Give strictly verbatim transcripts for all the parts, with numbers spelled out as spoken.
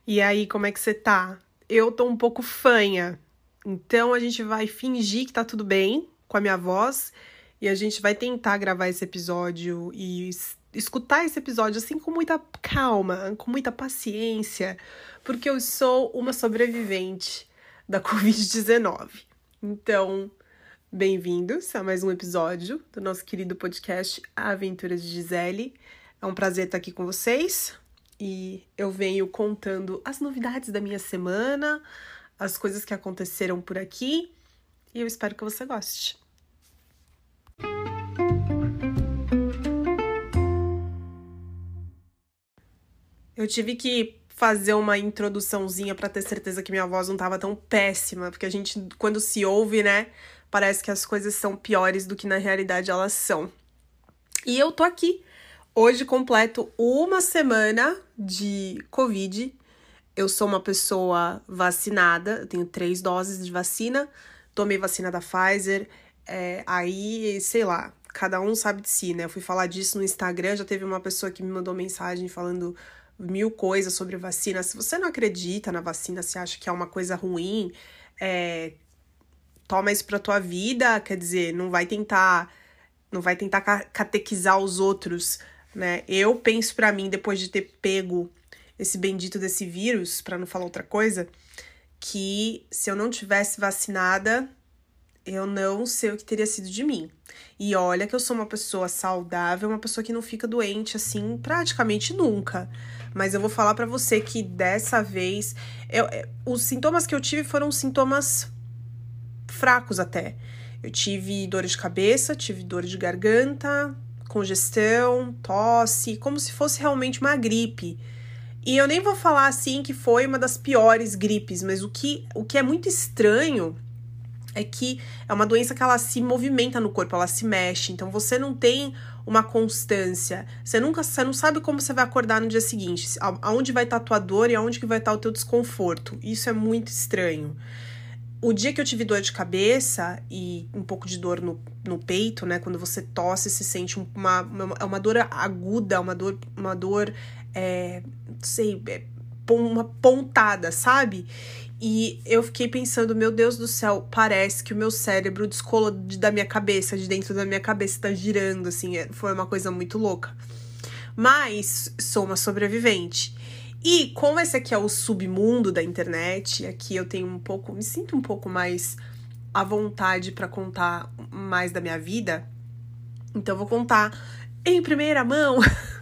E aí, como é que você tá? Eu tô um pouco fanha, então a gente vai fingir que tá tudo bem com a minha voz e a gente vai tentar gravar esse episódio e es- escutar esse episódio assim com muita calma, com muita paciência, porque eu sou uma sobrevivente da covid dezenove. Então, bem-vindos a mais um episódio do nosso querido podcast Aventuras de Gisele. É um prazer estar aqui com vocês. E eu venho contando as novidades da minha semana, as coisas que aconteceram por aqui, e eu espero que você goste. Eu tive que fazer uma introduçãozinha para ter certeza que minha voz não estava tão péssima, porque a gente, quando se ouve, né, parece que as coisas são piores do que na realidade elas são. E eu tô aqui. Hoje completo uma semana de Covid. Eu sou uma pessoa vacinada, eu tenho três doses de vacina, tomei vacina da Pfizer, é, aí, sei lá, cada um sabe de si, né? Eu fui falar disso no Instagram, já teve uma pessoa que me mandou mensagem falando mil coisas sobre vacina. Se você não acredita na vacina, se acha que é uma coisa ruim, é, toma isso pra tua vida, quer dizer, não vai tentar, não vai tentar catequizar os outros, né? Eu penso pra mim, depois de ter pego esse bendito desse vírus, pra não falar outra coisa, que se eu não tivesse vacinada, eu não sei o que teria sido de mim. E olha que eu sou uma pessoa saudável, uma pessoa que não fica doente, assim, praticamente nunca. Mas eu vou falar pra você que dessa vez, eu, os sintomas que eu tive foram sintomas fracos até. Eu tive dor de cabeça, tive dor de garganta, congestão, tosse, como se fosse realmente uma gripe. E eu nem vou falar assim que foi uma das piores gripes, mas o que, o que é muito estranho é que é uma doença que ela se movimenta no corpo, ela se mexe, então você não tem uma constância, você nunca, você não sabe como você vai acordar no dia seguinte, aonde vai estar a tua dor e aonde que vai estar o teu desconforto. Isso é muito estranho. O dia que eu tive dor de cabeça e um pouco de dor no, no peito, né? Quando você tosse, se sente uma, uma, uma dor aguda, uma dor, uma dor, é, não sei, é, uma pontada, sabe? E eu fiquei pensando, meu Deus do céu, parece que o meu cérebro descolou da minha cabeça, de dentro da minha cabeça, tá girando, assim, foi uma coisa muito louca. Mas sou uma sobrevivente. E como esse aqui é o submundo da internet, aqui eu tenho um pouco, me sinto um pouco mais à vontade para contar mais da minha vida, então eu vou contar em primeira mão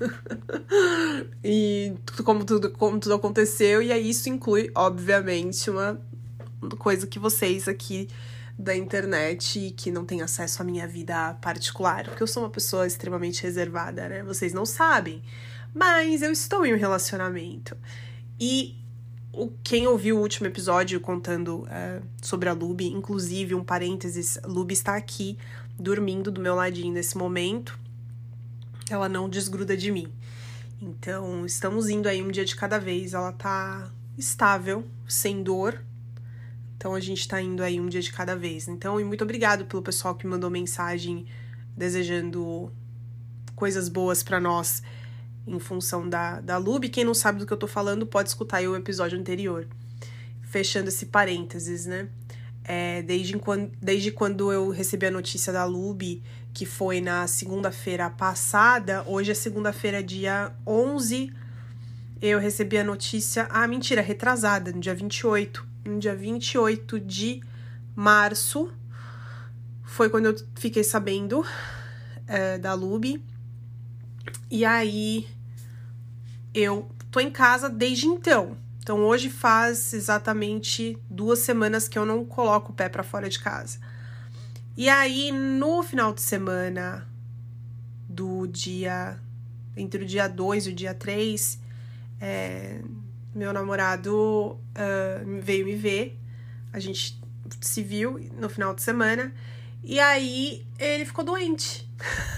e como tudo, como tudo aconteceu, e aí isso inclui, obviamente, uma coisa que vocês aqui da internet que não têm acesso à minha vida particular, porque eu sou uma pessoa extremamente reservada, né? Vocês não sabem. Mas eu estou em um relacionamento. E o, quem ouviu o último episódio contando uh, sobre a Luby, inclusive, um parênteses, a Luby está aqui, dormindo do meu ladinho nesse momento. Ela não desgruda de mim. Então, estamos indo aí um dia de cada vez. Ela tá estável, sem dor. Então, a gente tá indo aí um dia de cada vez. Então, e muito obrigado pelo pessoal que mandou mensagem desejando coisas boas pra nós em função da, da Luby. Quem não sabe do que eu tô falando, pode escutar aí o episódio anterior. Fechando esse parênteses, né? É, desde, quando, desde quando eu recebi a notícia da Luby, que foi na segunda-feira passada, hoje é segunda-feira, dia onze, eu recebi a notícia... Ah, mentira, retrasada, no dia vinte e oito. No dia vinte e oito de março, foi quando eu fiquei sabendo é, da Luby. E aí, eu tô em casa desde então. Então, hoje faz exatamente duas semanas que eu não coloco o pé pra fora de casa. E aí, no final de semana do dia... Entre o dia dois e o dia três, é, meu namorado uh, veio me ver. A gente se viu no final de semana. E aí, ele ficou doente.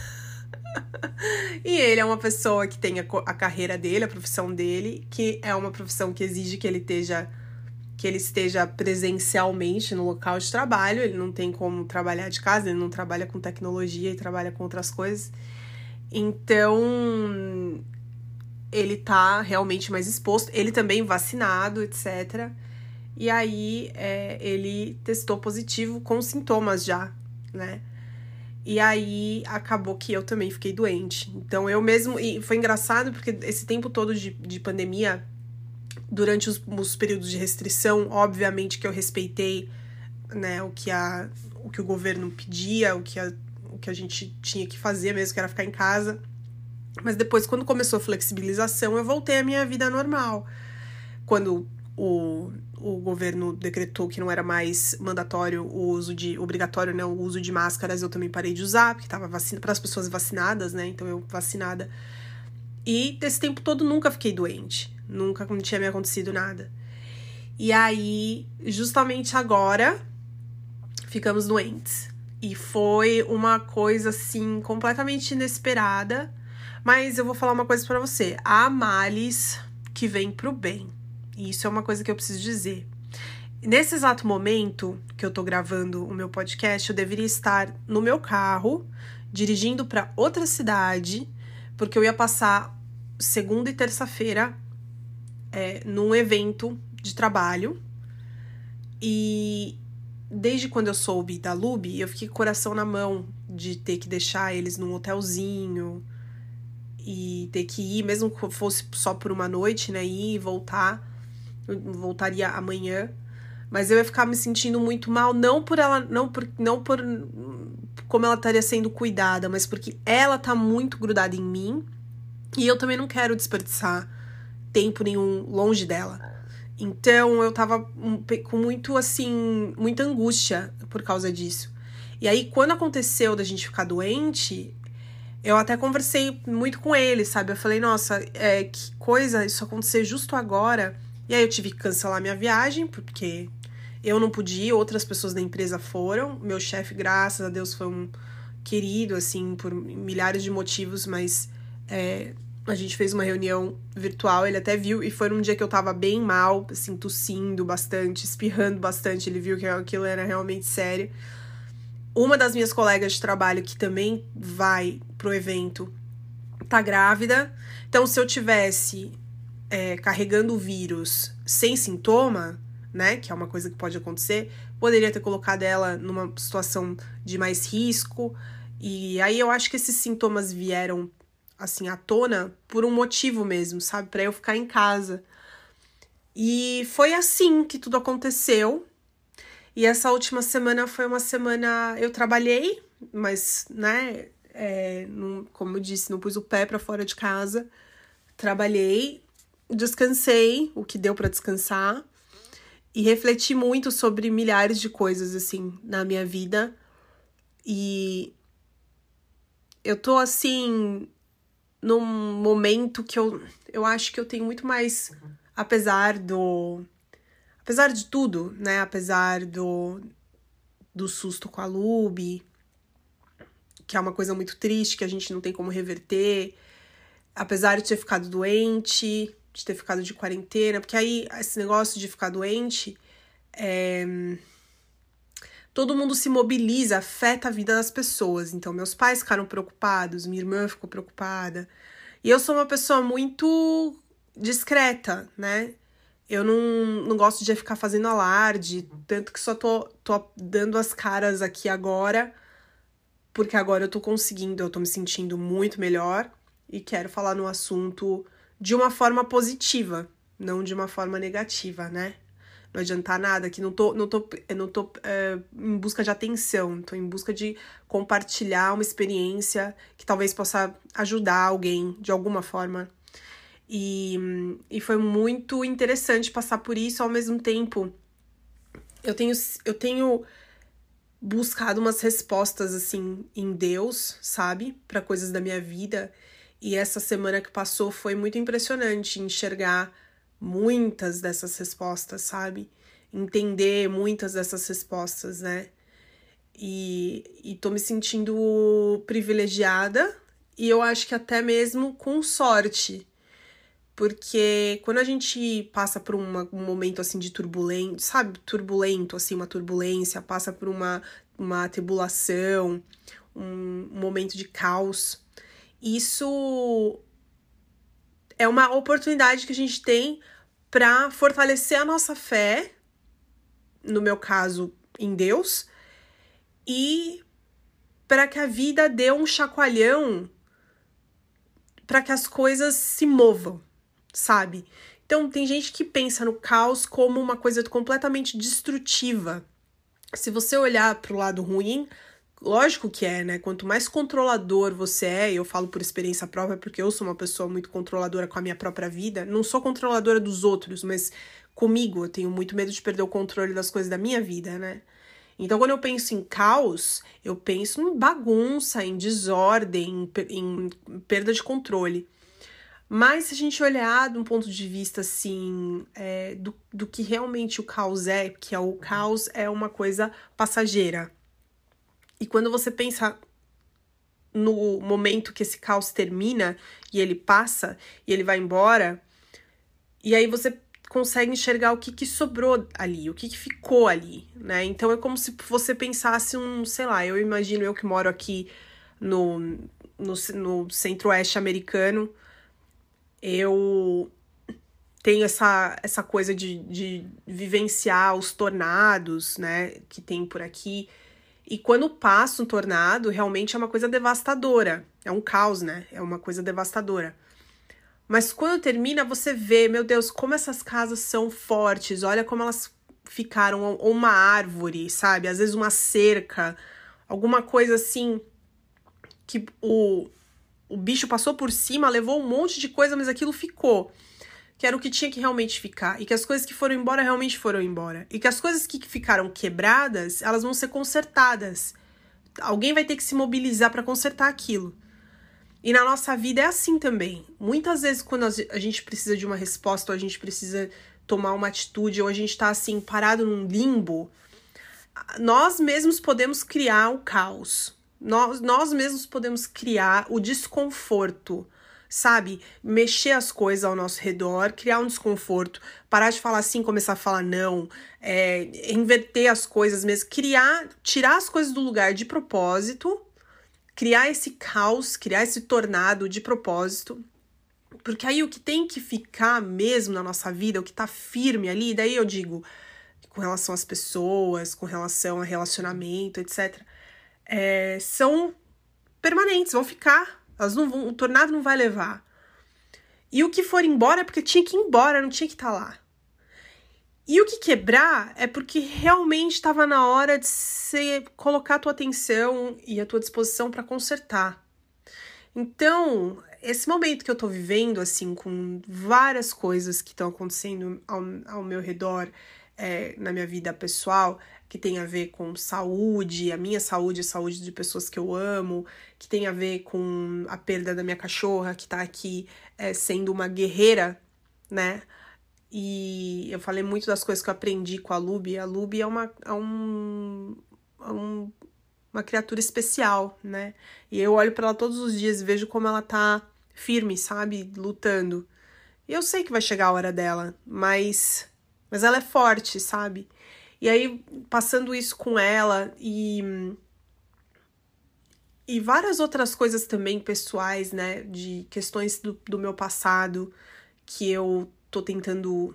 E ele é uma pessoa que tem a, a carreira dele, a profissão dele, que é uma profissão que exige que ele esteja, que ele esteja presencialmente no local de trabalho. Ele não tem como trabalhar de casa, ele não trabalha com tecnologia e trabalha com outras coisas. Então, ele tá realmente mais exposto, ele também vacinado, etcétera. E aí, é, ele testou positivo com sintomas já, né? E aí, acabou que eu também fiquei doente. Então, eu mesmo... E foi engraçado, porque esse tempo todo de, de pandemia, durante os, os períodos de restrição, obviamente que eu respeitei, né, o que, a, o, que o governo pedia, o que, a, o que a gente tinha que fazer mesmo, que era ficar em casa. Mas depois, quando começou a flexibilização, eu voltei à minha vida normal. Quando o, o governo decretou que não era mais mandatório o uso de... Obrigatório, né? O uso de máscaras, eu também parei de usar, porque tava vacina para as pessoas vacinadas, né? Então, eu vacinada. E desse tempo todo, nunca fiquei doente. Nunca não tinha me acontecido nada. E aí, justamente agora, ficamos doentes. E foi uma coisa, assim, completamente inesperada. Mas eu vou falar uma coisa pra você. Há males que vêm pro bem. E isso é uma coisa que eu preciso dizer. Nesse exato momento que eu tô gravando o meu podcast, eu deveria estar no meu carro, dirigindo pra outra cidade, porque eu ia passar segunda e terça-feira é, num evento de trabalho. E desde quando eu soube da Lube, eu fiquei com o coração na mão de ter que deixar eles num hotelzinho e ter que ir, mesmo que fosse só por uma noite, né, ir e voltar. Eu voltaria amanhã, mas eu ia ficar me sentindo muito mal, não por ela, não por, não por como ela estaria sendo cuidada, mas porque ela tá muito grudada em mim e eu também não quero desperdiçar tempo nenhum longe dela. Então eu tava com muito, assim, muita angústia por causa disso. E aí, quando aconteceu da gente ficar doente, eu até conversei muito com ele, sabe? Eu falei, nossa, é, que coisa isso acontecer justo agora. E aí eu tive que cancelar minha viagem, porque eu não podia ir, outras pessoas da empresa foram. Meu chefe, graças a Deus, foi um querido, assim, por milhares de motivos, mas é, a gente fez uma reunião virtual, ele até viu, e foi num dia que eu tava bem mal, assim, tossindo bastante, espirrando bastante, ele viu que aquilo era realmente sério. Uma das minhas colegas de trabalho, que também vai pro evento, tá grávida. Então, se eu tivesse é, carregando o vírus sem sintoma, né, que é uma coisa que pode acontecer, poderia ter colocado ela numa situação de mais risco. E aí eu acho que esses sintomas vieram, assim, à tona por um motivo mesmo, sabe? Pra eu ficar em casa. E foi assim que tudo aconteceu. E essa última semana foi uma semana... Eu trabalhei, mas, né, é, não, como eu disse, não pus o pé pra fora de casa. Trabalhei, descansei, o que deu pra descansar. E refleti muito sobre milhares de coisas, assim, na minha vida. E eu tô, assim, num momento que eu, eu acho que eu tenho muito mais, apesar do... Apesar de tudo, né? Apesar do, do susto com a Lube, que é uma coisa muito triste, que a gente não tem como reverter. Apesar de ter ficado doente, de ter ficado de quarentena. Porque aí, esse negócio de ficar doente, é... todo mundo se mobiliza, afeta a vida das pessoas. Então, meus pais ficaram preocupados, minha irmã ficou preocupada. E eu sou uma pessoa muito discreta, né? Eu não, não gosto de ficar fazendo alarde, tanto que só tô, tô dando as caras aqui agora, porque agora eu tô conseguindo, eu tô me sentindo muito melhor e quero falar no assunto de uma forma positiva, não de uma forma negativa, né? Não adianta nada, que não tô, não tô, eu não tô é, em busca de atenção, tô em busca de compartilhar uma experiência que talvez possa ajudar alguém de alguma forma. E, e foi muito interessante passar por isso. Ao mesmo tempo, eu tenho, eu tenho buscado umas respostas, assim, em Deus, sabe? Para coisas da minha vida. E essa semana que passou foi muito impressionante enxergar muitas dessas respostas, sabe? Entender muitas dessas respostas, né? E, e tô me sentindo privilegiada. E eu acho que até mesmo com sorte. Porque quando a gente passa por uma, um momento, assim, de turbulento, sabe? Turbulento, assim, uma turbulência, passa por uma, uma tribulação, um, um momento de caos. Isso é uma oportunidade que a gente tem para fortalecer a nossa fé, no meu caso, em Deus, e para que a vida dê um chacoalhão, para que as coisas se movam, sabe? Então, tem gente que pensa no caos como uma coisa completamente destrutiva. Se você olhar para o lado ruim, lógico que é, né? Quanto mais controlador você é, e eu falo por experiência própria, porque eu sou uma pessoa muito controladora com a minha própria vida, não sou controladora dos outros, mas comigo eu tenho muito medo de perder o controle das coisas da minha vida, né? Então, quando eu penso em caos, eu penso em bagunça, em desordem, em perda de controle. Mas se a gente olhar de um ponto de vista, assim, é, do, do que realmente o caos é, que é o caos é uma coisa passageira. E quando você pensa no momento que esse caos termina, e ele passa, e ele vai embora, e aí você consegue enxergar o que, que sobrou ali, o que, que ficou ali, né? Então é como se você pensasse um, sei lá, eu imagino eu que moro aqui no, no, no centro-oeste americano, eu tenho essa, essa coisa de, de vivenciar os tornados, né, que tem por aqui. E quando passa um tornado, realmente é uma coisa devastadora. É um caos, né? É uma coisa devastadora. Mas quando termina, você vê, meu Deus, como essas casas são fortes. Olha como elas ficaram, ou uma árvore, sabe? Às vezes uma cerca, alguma coisa assim que o, o bicho passou por cima, levou um monte de coisa, mas aquilo ficou. Que era o que tinha que realmente ficar. E que as coisas que foram embora, realmente foram embora. E que as coisas que ficaram quebradas, elas vão ser consertadas. Alguém vai ter que se mobilizar para consertar aquilo. E na nossa vida é assim também. Muitas vezes, quando a gente precisa de uma resposta, ou a gente precisa tomar uma atitude, ou a gente tá assim, parado num limbo, nós mesmos podemos criar o caos. Nós, nós mesmos podemos criar o desconforto, sabe? Mexer as coisas ao nosso redor, criar um desconforto, parar de falar sim, começar a falar não, é, inverter as coisas mesmo, criar, tirar as coisas do lugar de propósito, criar esse caos, criar esse tornado de propósito, porque aí o que tem que ficar mesmo na nossa vida, o que tá firme ali, daí eu digo, com relação às pessoas, com relação a relacionamento, etcétera, é, são permanentes, vão ficar, elas não vão, o tornado não vai levar. E o que for embora é porque tinha que ir embora, não tinha que estar lá. E o que quebrar é porque realmente estava na hora de você colocar a tua atenção e a tua disposição para consertar. Então, esse momento que eu tô vivendo, assim, com várias coisas que estão acontecendo ao, ao meu redor, é, na minha vida pessoal, que tem a ver com saúde, a minha saúde, a saúde de pessoas que eu amo, que tem a ver com a perda da minha cachorra, que tá aqui é, sendo uma guerreira, né? E eu falei muito das coisas que eu aprendi com a Luby. A Luby é uma, é um, é um, uma criatura especial, né? E eu olho pra ela todos os dias e vejo como ela tá firme, sabe? Lutando. E eu sei que vai chegar a hora dela, mas, mas ela é forte, sabe? E aí, passando isso com ela e, e várias outras coisas também pessoais, né? De questões do, do meu passado que eu tô tentando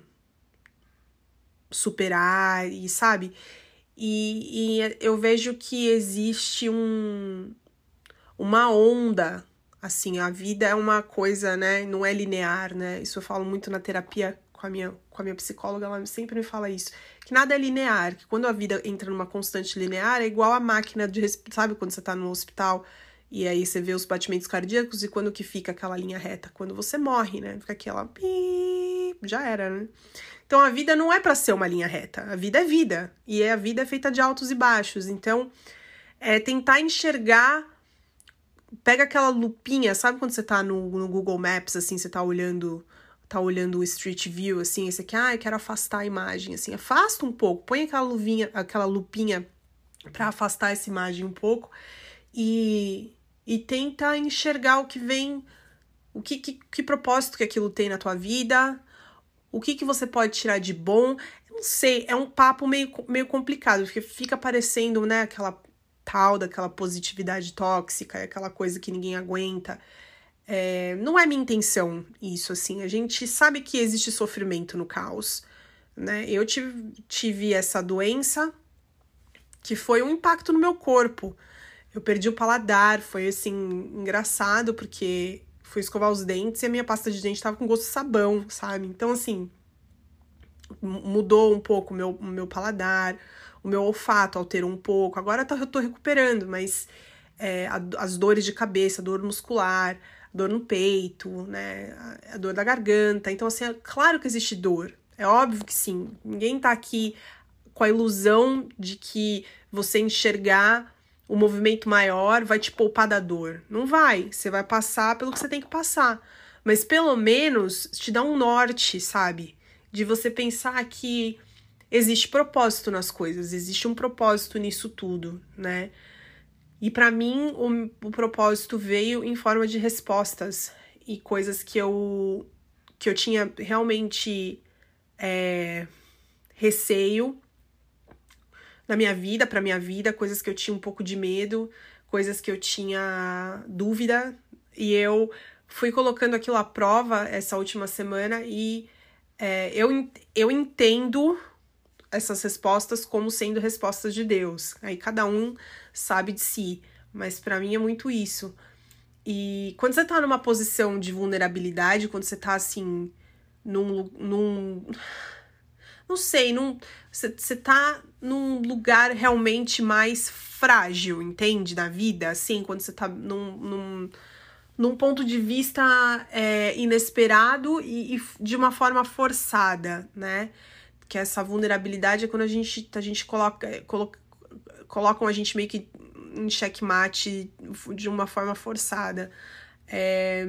superar, e sabe? E, e eu vejo que existe um, uma onda, assim, a vida é uma coisa, né? Não é linear, né? Isso eu falo muito na terapia com a minha, com a minha psicóloga, ela sempre me fala isso, que nada é linear, que quando a vida entra numa constante linear, é igual a máquina de respirar, sabe quando você tá no hospital e aí você vê os batimentos cardíacos e quando que fica aquela linha reta? Quando você morre, né? Fica aquela... já era, né? Então a vida não é pra ser uma linha reta, a vida é vida, e a vida é feita de altos e baixos, então é tentar enxergar, pega aquela lupinha, sabe quando você tá no, no Google Maps, assim, você tá olhando... tá olhando o Street View, assim, esse aqui, ah, eu quero afastar a imagem, assim, afasta um pouco, põe aquela luvinha, aquela lupinha pra afastar essa imagem um pouco e, e tenta enxergar o que vem, o que, que, que propósito que aquilo tem na tua vida, o que que você pode tirar de bom, eu não sei, é um papo meio, meio complicado, porque fica parecendo, né, aquela tal daquela positividade tóxica, aquela coisa que ninguém aguenta. É, não é minha intenção isso, assim. A gente sabe que existe sofrimento no caos, né? Eu tive, tive essa doença que foi um impacto no meu corpo. Eu perdi o paladar, foi, assim, engraçado, porque fui escovar os dentes e a minha pasta de dente tava com gosto de sabão, sabe? Então, assim, mudou um pouco o meu, o meu paladar, o meu olfato alterou um pouco. Agora eu tô recuperando, mas é, a, as dores de cabeça, a dor muscular, a dor no peito, né, a, a dor da garganta. Então, assim, é claro que existe dor. É óbvio que sim. Ninguém tá aqui com a ilusão de que você enxergar o movimento maior vai te poupar da dor. Não vai. Você vai passar pelo que você tem que passar. Mas pelo menos te dá um norte, sabe? De você pensar que existe propósito nas coisas, existe um propósito nisso tudo, né? E pra mim, o, o propósito veio em forma de respostas e coisas que eu, que eu tinha realmente é, receio na minha vida, pra minha vida, coisas que eu tinha um pouco de medo, coisas que eu tinha dúvida, e eu fui colocando aquilo à prova essa última semana e é, eu, eu entendo essas respostas como sendo respostas de Deus. Aí cada um sabe de si, mas pra mim é muito isso. E quando você tá numa posição de vulnerabilidade, quando você tá assim, num... num não sei, num, você, você tá num lugar realmente mais frágil, entende? Da vida, assim, quando você tá num, num, num ponto de vista é, inesperado e, e de uma forma forçada, né? Que essa vulnerabilidade é quando a gente, a gente coloca, coloca, colocam a gente meio que em xeque-mate de uma forma forçada. É,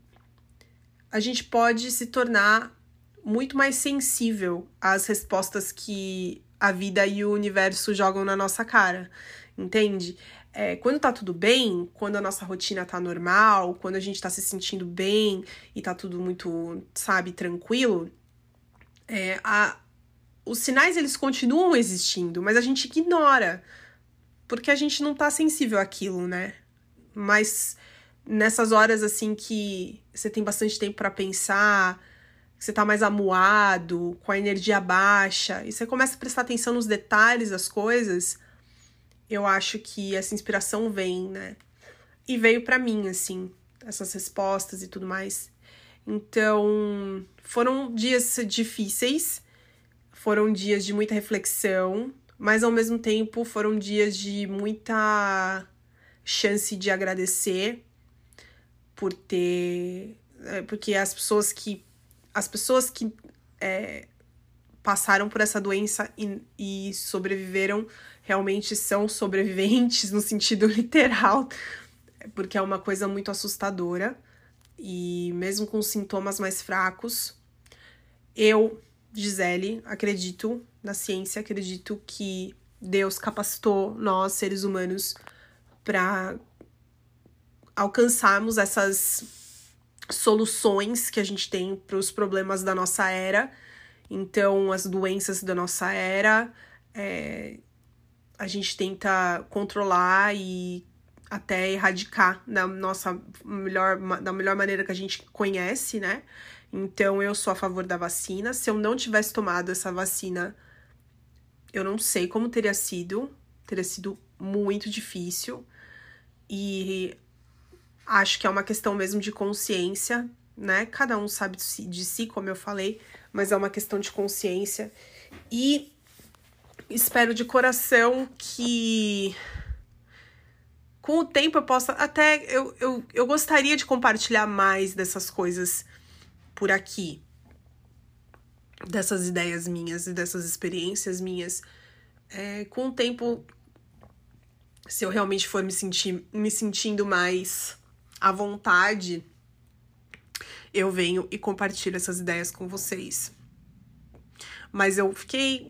a gente pode se tornar muito mais sensível às respostas que a vida e o universo jogam na nossa cara, entende? É, quando tá tudo bem, quando a nossa rotina tá normal, quando a gente tá se sentindo bem e tá tudo muito, sabe, tranquilo, é, a, os sinais, eles continuam existindo, mas a gente ignora, porque a gente não tá sensível àquilo, né? Mas nessas horas, assim, que você tem bastante tempo pra pensar, você tá mais amuado, com a energia baixa, e você começa a prestar atenção nos detalhes das coisas, eu acho que essa inspiração vem, né? E veio pra mim, assim, essas respostas e tudo mais. Então, foram dias difíceis, foram dias de muita reflexão, mas ao mesmo tempo foram dias de muita chance de agradecer por ter... Porque as pessoas que As pessoas que é, passaram por essa doença e, e sobreviveram realmente são sobreviventes no sentido literal, porque é uma coisa muito assustadora. E mesmo com sintomas mais fracos, eu, Gisele, acredito na ciência, acredito que Deus capacitou nós, seres humanos, para alcançarmos essas soluções que a gente tem para os problemas da nossa era. Então, as doenças da nossa era, é, a gente tenta controlar e até erradicar da nossa melhor, da melhor maneira que a gente conhece, né? Então, eu sou a favor da vacina. Se eu não tivesse tomado essa vacina, eu não sei como teria sido. Teria sido muito difícil. E acho que é uma questão mesmo de consciência, né? Cada um sabe de si, de si, como eu falei, mas é uma questão de consciência. E espero de coração que com o tempo eu possa... Até eu, eu, eu gostaria de compartilhar mais dessas coisas por aqui. Dessas ideias minhas e dessas experiências minhas. É, com o tempo, se eu realmente for me, sentir, me sentindo mais à vontade, eu venho e compartilho essas ideias com vocês. Mas eu fiquei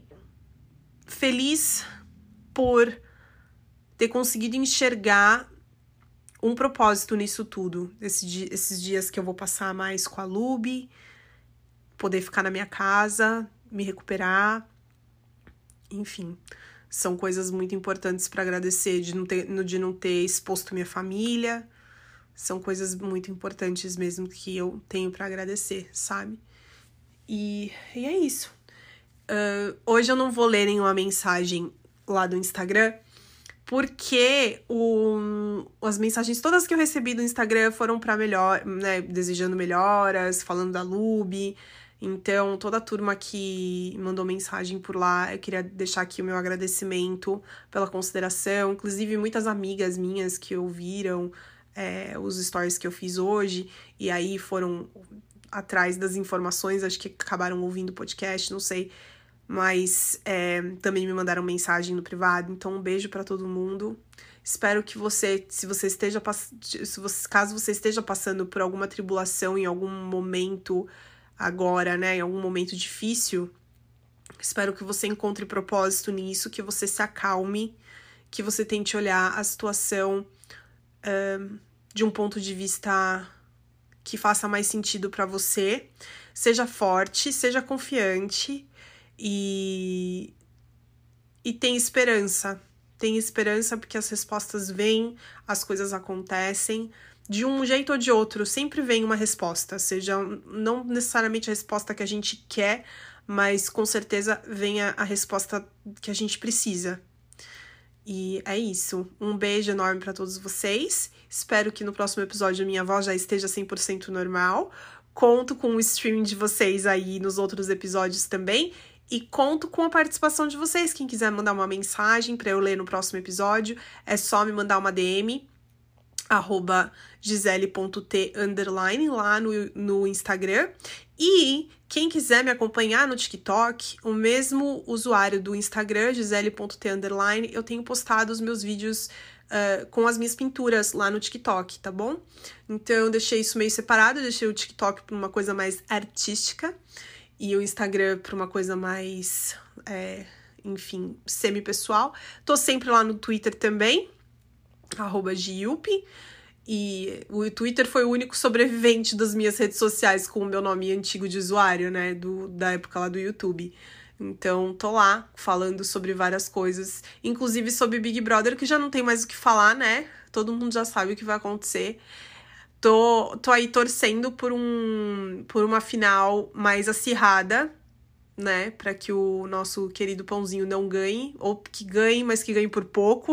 feliz por ter conseguido enxergar um propósito nisso tudo. Esse dia, esses dias que eu vou passar mais com a Lubi, poder ficar na minha casa, me recuperar. Enfim, são coisas muito importantes para agradecer de não ter, de não ter exposto minha família. São coisas muito importantes mesmo que eu tenho pra agradecer, sabe? E, e é isso. Uh, hoje eu não vou ler nenhuma mensagem lá do Instagram, porque o, as mensagens todas que eu recebi do Instagram foram pra melhor, né, desejando melhoras, falando da Lube. Então, toda a turma que mandou mensagem por lá, eu queria deixar aqui o meu agradecimento pela consideração. Inclusive, muitas amigas minhas que ouviram é, os stories que eu fiz hoje, e aí foram atrás das informações, acho que acabaram ouvindo o podcast, não sei. Mas é, também me mandaram mensagem no privado. Então, um beijo pra todo mundo. Espero que você, se você esteja, se você, caso você esteja passando por alguma tribulação em algum momento agora, né, em algum momento difícil, espero que você encontre propósito nisso, que você se acalme, que você tente olhar a situação uh, de um ponto de vista que faça mais sentido pra você. Seja forte, seja confiante. E, e tem esperança, tem esperança porque as respostas vêm, as coisas acontecem, de um jeito ou de outro, sempre vem uma resposta, seja não necessariamente a resposta que a gente quer, mas com certeza vem a, a resposta que a gente precisa. E é isso, um beijo enorme para todos vocês, espero que no próximo episódio a minha voz já esteja cem por cento normal, conto com o streaming de vocês aí nos outros episódios também. E conto com a participação de vocês. Quem quiser mandar uma mensagem para eu ler no próximo episódio, é só me mandar uma D M, arroba gisele.t underline, lá no, no Instagram. E quem quiser me acompanhar no TikTok, o mesmo usuário do Instagram, gisele.t underline, eu tenho postado os meus vídeos uh, com as minhas pinturas lá no TikTok, tá bom? Então eu deixei isso meio separado, eu deixei o TikTok para uma coisa mais artística, e o Instagram para uma coisa mais, é, enfim, semi-pessoal. Tô sempre lá no Twitter também, arroba Giupi. E o Twitter foi o único sobrevivente das minhas redes sociais com o meu nome antigo de usuário, né, do, da época lá do YouTube. Então, tô lá falando sobre várias coisas, inclusive sobre Big Brother, que já não tem mais o que falar, né? Todo mundo já sabe o que vai acontecer. Tô, tô aí torcendo por, um, por uma final mais acirrada, né? Pra que o nosso querido Pãozinho não ganhe. Ou que ganhe, mas que ganhe por pouco.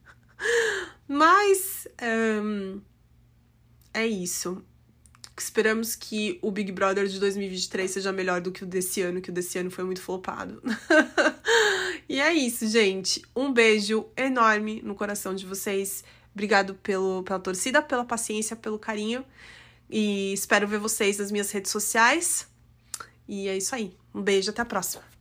Mas um, é isso. Esperamos que o Big Brother de dois mil e vinte e três seja melhor do que o desse ano, que o desse ano foi muito flopado. E é isso, gente. Um beijo enorme no coração de vocês. Obrigado pelo, pela torcida, pela paciência, pelo carinho. E espero ver vocês nas minhas redes sociais. E é isso aí. Um beijo, até a próxima.